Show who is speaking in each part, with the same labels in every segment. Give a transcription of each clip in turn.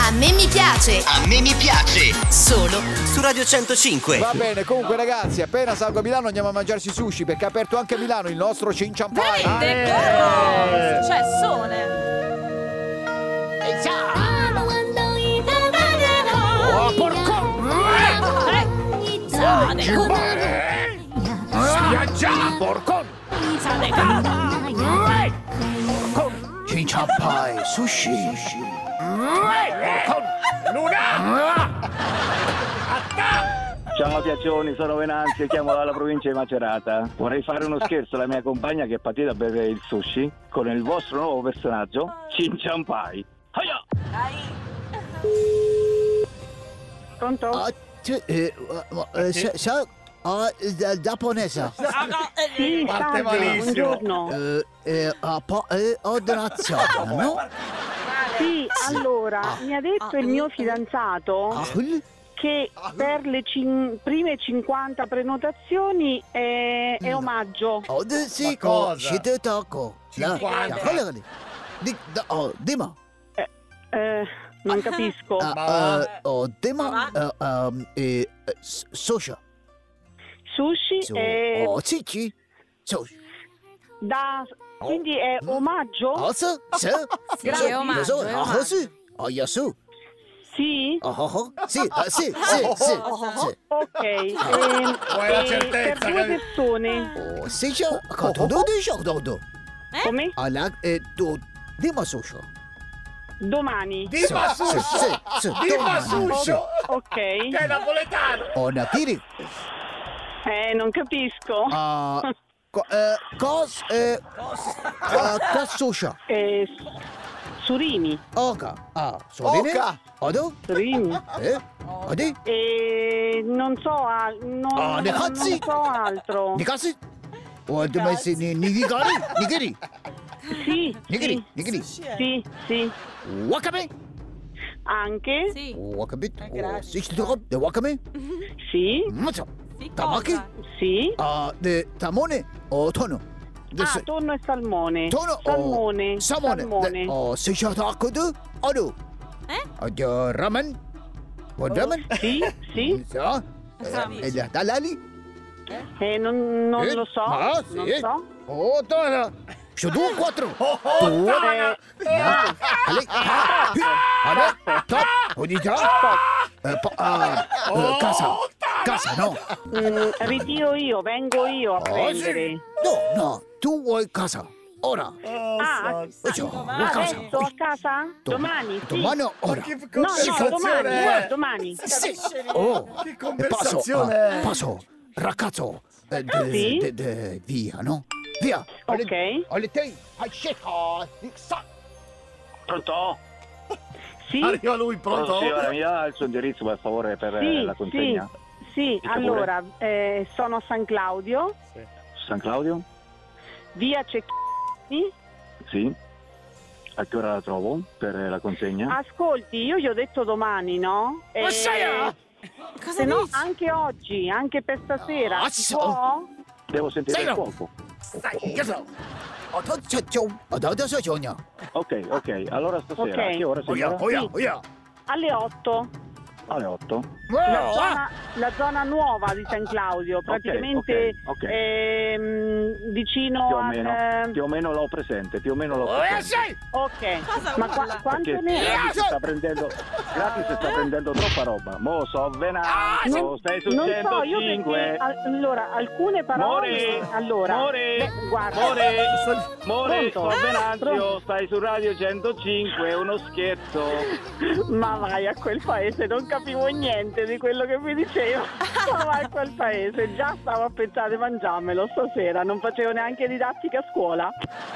Speaker 1: A me mi piace.
Speaker 2: A me mi piace.
Speaker 1: Solo
Speaker 2: Su Radio 105.
Speaker 3: Va bene, comunque ragazzi, appena salgo a Milano andiamo a mangiarsi sushi, perché è aperto anche a Milano il nostro Cinciampai.
Speaker 4: Veramente, successone.
Speaker 3: Oh, porco! Già, porco! Cinciampai, sushi.
Speaker 5: Ciao piaccioni, sono Venanzio, chiamo dalla provincia di Macerata. Vorrei fare uno scherzo alla mia compagna che è partita a bere il sushi con il vostro nuovo personaggio, Cinciampai. Hiya!
Speaker 6: Pronto?
Speaker 3: Giapponese.
Speaker 6: Sì,
Speaker 4: Parte
Speaker 6: salve,
Speaker 4: malissimo.
Speaker 6: buongiorno.
Speaker 3: Ordinazione, no?
Speaker 6: Sì, allora, mi ha detto il mio fidanzato che per le prime 50 prenotazioni è omaggio.
Speaker 3: Sì,
Speaker 4: cosa?
Speaker 3: ci te tocco.
Speaker 4: 50.
Speaker 3: Dima.
Speaker 6: Non capisco.
Speaker 3: Dima. Sushi.
Speaker 6: Sushi
Speaker 3: Cici. Sushi.
Speaker 6: quindi è omaggio?
Speaker 3: Sì,
Speaker 4: è omaggio, è omaggio.
Speaker 3: Sì. Yasu.
Speaker 6: Sì?
Speaker 3: Sì.
Speaker 6: Ok.
Speaker 4: Vuoi la certezza,
Speaker 6: per due
Speaker 4: capito?
Speaker 6: persone.
Speaker 3: Sì, dodo.
Speaker 6: Come?
Speaker 3: Dima sushi.
Speaker 6: Domani.
Speaker 4: Dima sushi. Dima sushi.
Speaker 6: Ok.
Speaker 4: Che è napoletano.
Speaker 3: Onakiri.
Speaker 6: Non capisco.
Speaker 3: Cos sushi.
Speaker 6: Surimi.
Speaker 3: Oka. Sorine. Odo.
Speaker 6: Surimi.
Speaker 3: Odi.
Speaker 6: Non so, non
Speaker 3: Nikatsi.
Speaker 6: so altro.
Speaker 3: Nikasi. Messi nigiri.
Speaker 6: Sì.
Speaker 3: Nigiri.
Speaker 6: Sì.
Speaker 3: Wakame.
Speaker 6: Anche.
Speaker 4: Sì.
Speaker 3: Wakame.
Speaker 4: Grazie.
Speaker 3: De wakame.
Speaker 6: Sì.
Speaker 3: Matsu.
Speaker 4: Sì,
Speaker 3: Tamaki.
Speaker 4: cosa?
Speaker 6: Sì.
Speaker 3: De tamone o tono.
Speaker 6: Tonno e salmone.
Speaker 3: Tono.
Speaker 6: Salmone.
Speaker 3: Salmone. Shishatakadu. Odo. Ramen. Ramen.
Speaker 6: Sì.
Speaker 3: E dalali.
Speaker 6: Non lo so. Non so.
Speaker 3: Tono. Shodu 4. Top. Odita. Casa, no.
Speaker 6: Ritiro io, vengo io a prendere.
Speaker 3: No, tu vuoi casa. Ora.
Speaker 6: Adesso a casa? Domani? Sì.
Speaker 3: Domani ora.
Speaker 6: No, domani.
Speaker 3: Sì.
Speaker 4: Che conversazione.
Speaker 3: Passo. Ragazzo.
Speaker 6: Sì.
Speaker 3: Via, no? Via.
Speaker 6: Ok.
Speaker 5: Pronto?
Speaker 6: Sì.
Speaker 4: Arriva lui, pronto?
Speaker 5: Signora, mi dà il suo indirizzo per favore per la consegna?
Speaker 6: Sì,
Speaker 5: Dica
Speaker 6: allora, sono a San Claudio,
Speaker 5: San Claudio?
Speaker 6: via Cecchini.
Speaker 5: Sì. A che ora la trovo per la consegna?
Speaker 6: Ascolti, io gli ho detto domani, no?
Speaker 4: Cosa
Speaker 6: Se no,
Speaker 4: dici?
Speaker 6: anche oggi, anche per stasera. Si può?
Speaker 5: Devo sentire il fuoco. Ok, allora stasera,
Speaker 6: Ok.
Speaker 5: a che ora signora?
Speaker 6: Alle 8.
Speaker 5: Alle 8.
Speaker 6: La zona nuova di San Claudio, praticamente
Speaker 5: ok.
Speaker 6: vicino
Speaker 5: Più o meno l'ho presente,
Speaker 6: Ok, ma quanto
Speaker 5: Perché
Speaker 6: ne
Speaker 5: Gratis sta prendendo troppa roba. Mo so Venanzio, stai su
Speaker 6: non so, io
Speaker 5: 105.
Speaker 6: perché allora alcune parole guarda.
Speaker 5: More,
Speaker 6: Pronto?
Speaker 5: so Venanzio,
Speaker 6: Pronto?
Speaker 5: stai su Radio 105, è uno scherzo.
Speaker 6: Ma vai a quel paese, non capivo niente di quello che mi diceva. Ma vai a quel paese, già stavo a pensare mangiarmelo stasera, non facevo neanche didattica a scuola.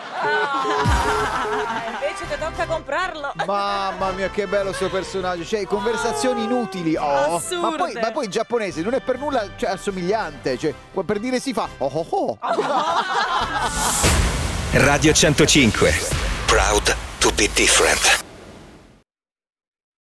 Speaker 4: Invece ti tocca comprarlo.
Speaker 3: Mamma mia, che bello sto personaggio. Cioè, conversazioni inutili.
Speaker 4: Assurde.
Speaker 3: Ma poi il giapponese non è per nulla, cioè, assomigliante. Cioè, per dire si fa
Speaker 2: Radio 105. Proud to be different.